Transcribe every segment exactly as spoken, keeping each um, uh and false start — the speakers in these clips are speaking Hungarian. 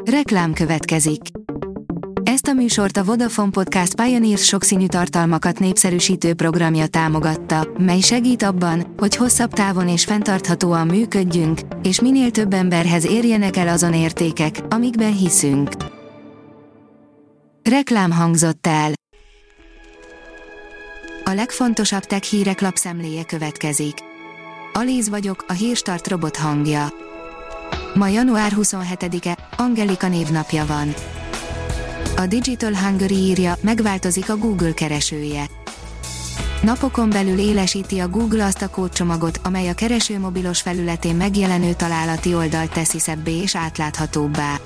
Reklám következik. Ezt a műsort a Vodafone Podcast Pioneers sokszínű tartalmakat népszerűsítő programja támogatta, mely segít abban, hogy hosszabb távon és fenntarthatóan működjünk, és minél több emberhez érjenek el azon értékek, amikben hiszünk. Reklám hangzott el. A legfontosabb tech hírek lapszemléje következik. Alíz vagyok, a Hírstart robot hangja. Ma január huszonhetedike, Angelika névnapja van. A Digital Hungary írja, megváltozik a Google keresője. Napokon belül élesíti a Google azt a kódcsomagot, amely a kereső mobilos felületén megjelenő találati oldalt teszi szebbé és átláthatóbbá.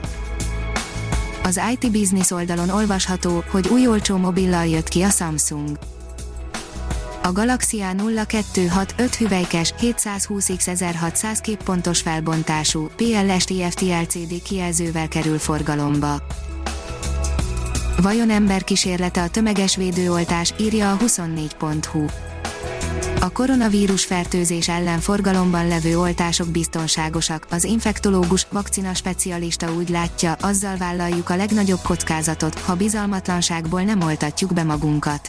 Az i té Business oldalon olvasható, hogy új olcsó mobillal jött ki a Samsung. A Galaxy A nulla kettő hat öt hüvelykes, hétszázhúsz x ezerhatszáz képpontos felbontású, pé el es té ef té el cé dé kijelzővel kerül forgalomba. Vajon emberkísérlete a tömeges védőoltás, írja a huszonnégy pont hu. A koronavírus fertőzés ellen forgalomban levő oltások biztonságosak, az infektológus, vakcina specialista úgy látja, azzal vállaljuk a legnagyobb kockázatot, ha bizalmatlanságból nem oltatjuk be magunkat.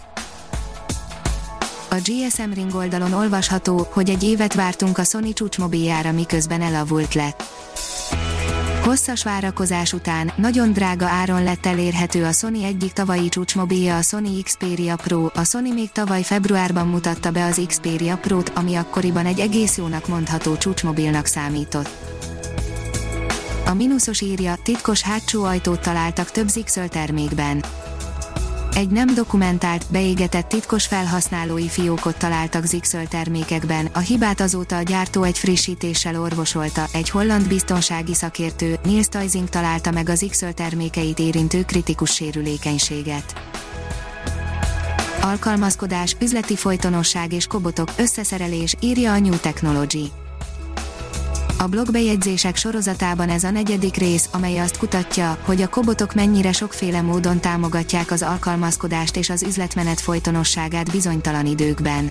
A gé es em Ring oldalon olvasható, hogy egy évet vártunk a Sony csúcsmobiljára, miközben elavult lett. Hosszas várakozás után, nagyon drága áron lett elérhető a Sony egyik tavalyi csúcsmobilja, a Sony Xperia Pro. A Sony még tavaly februárban mutatta be az Xperia Pro-t, ami akkoriban egy egész jónak mondható csúcsmobilnak számított. A mínuszos írja, titkos hátsó ajtót találtak több Zixel termékben. Egy nem dokumentált, beégetett titkos felhasználói fiókot találtak Zixel termékekben, a hibát azóta a gyártó egy frissítéssel orvosolta, egy holland biztonsági szakértő, Niels Tuijsing találta meg az Zixel termékeit érintő kritikus sérülékenységet. Alkalmazkodás, üzleti folytonosság és kobotok, összeszerelés, írja a New Technology. A blogbejegyzések sorozatában ez a negyedik rész, amely azt kutatja, hogy a kobotok mennyire sokféle módon támogatják az alkalmazkodást és az üzletmenet folytonosságát bizonytalan időkben.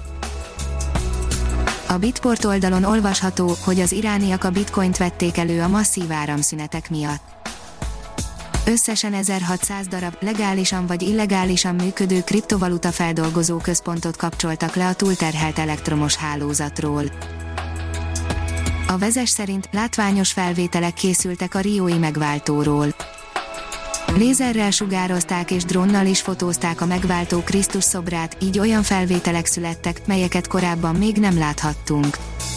A Bitport oldalon olvasható, hogy az irániak a bitcoint vették elő a masszív áramszünetek miatt. Összesen ezerhatszáz darab, legálisan vagy illegálisan működő kriptovaluta feldolgozó központot kapcsoltak le a túlterhelt elektromos hálózatról. A Vezes szerint látványos felvételek készültek a riói megváltóról. Lézerrel sugározták és drónnal is fotózták a megváltó Krisztus szobrát, így olyan felvételek születtek, melyeket korábban még nem láthattunk.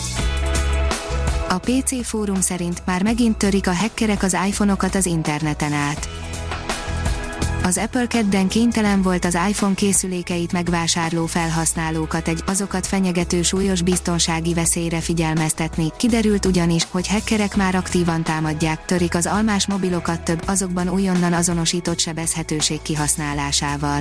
A pé cé Fórum szerint már megint törik a hackerek az iPhone-okat az interneten át. Az Apple kedden kénytelen volt az iPhone készülékeit megvásárló felhasználókat egy, azokat fenyegető súlyos biztonsági veszélyre figyelmeztetni, kiderült ugyanis, hogy hackerek már aktívan támadják, törik az almás mobilokat több, azokban újonnan azonosított sebezhetőség kihasználásával.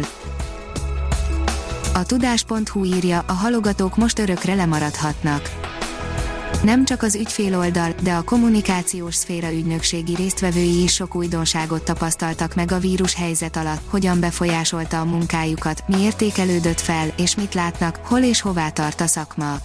A tudás pont hu írja, a halogatók most örökre lemaradhatnak. Nem csak az ügyféloldal, de a kommunikációs szféra ügynökségi résztvevői is sok újdonságot tapasztaltak meg a vírus helyzet alatt, hogyan befolyásolta a munkájukat, mi értékelődött fel, és mit látnak, hol és hová tart a szakma.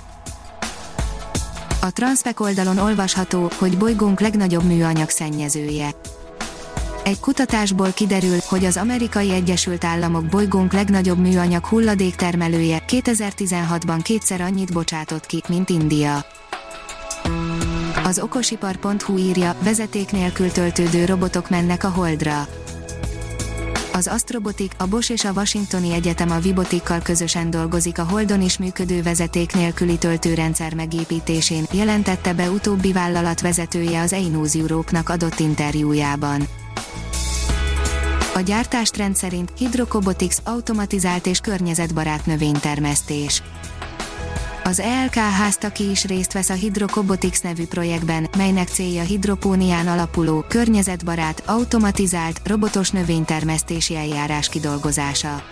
A Transpec oldalon olvasható, hogy bolygónk legnagyobb műanyag szennyezője. Egy kutatásból kiderül, hogy az Amerikai Egyesült Államok bolygónk legnagyobb műanyag hulladéktermelője, kétezer-tizenhatban kétszer annyit bocsátott ki, mint India. Az okosipar pont hu írja, vezeték nélkül töltődő robotok mennek a Holdra. Az Astrobotik, a Bosch és a Washingtoni Egyetem a Vibotikkal közösen dolgozik a Holdon is működő vezeték nélküli töltőrendszer megépítésén, jelentette be utóbbi vállalat vezetője az Einews Europe-nak adott interjújában. A gyártástrend szerint Hydrocobotics, automatizált és környezetbarát növénytermesztés. Az é el ká Háztaki is részt vesz a Hydrocobotics nevű projektben, melynek célja hidropónián alapuló, környezetbarát, automatizált, robotos növénytermesztési eljárás kidolgozása.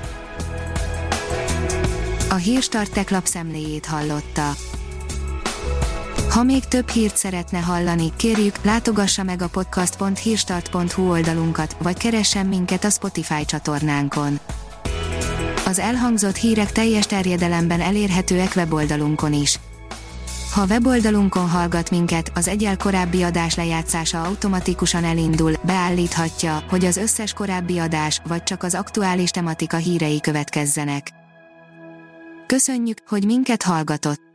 A Hírstart Tech lapszemléjét hallotta. Ha még több hírt szeretne hallani, kérjük, látogassa meg a podcast pont hírstart pont hu oldalunkat, vagy keressen minket a Spotify csatornánkon. Az elhangzott hírek teljes terjedelemben elérhetőek weboldalunkon is. Ha a weboldalunkon hallgat minket, az egyel korábbi adás lejátszása automatikusan elindul, beállíthatja, hogy az összes korábbi adás, vagy csak az aktuális tematika hírei következzenek. Köszönjük, hogy minket hallgatott!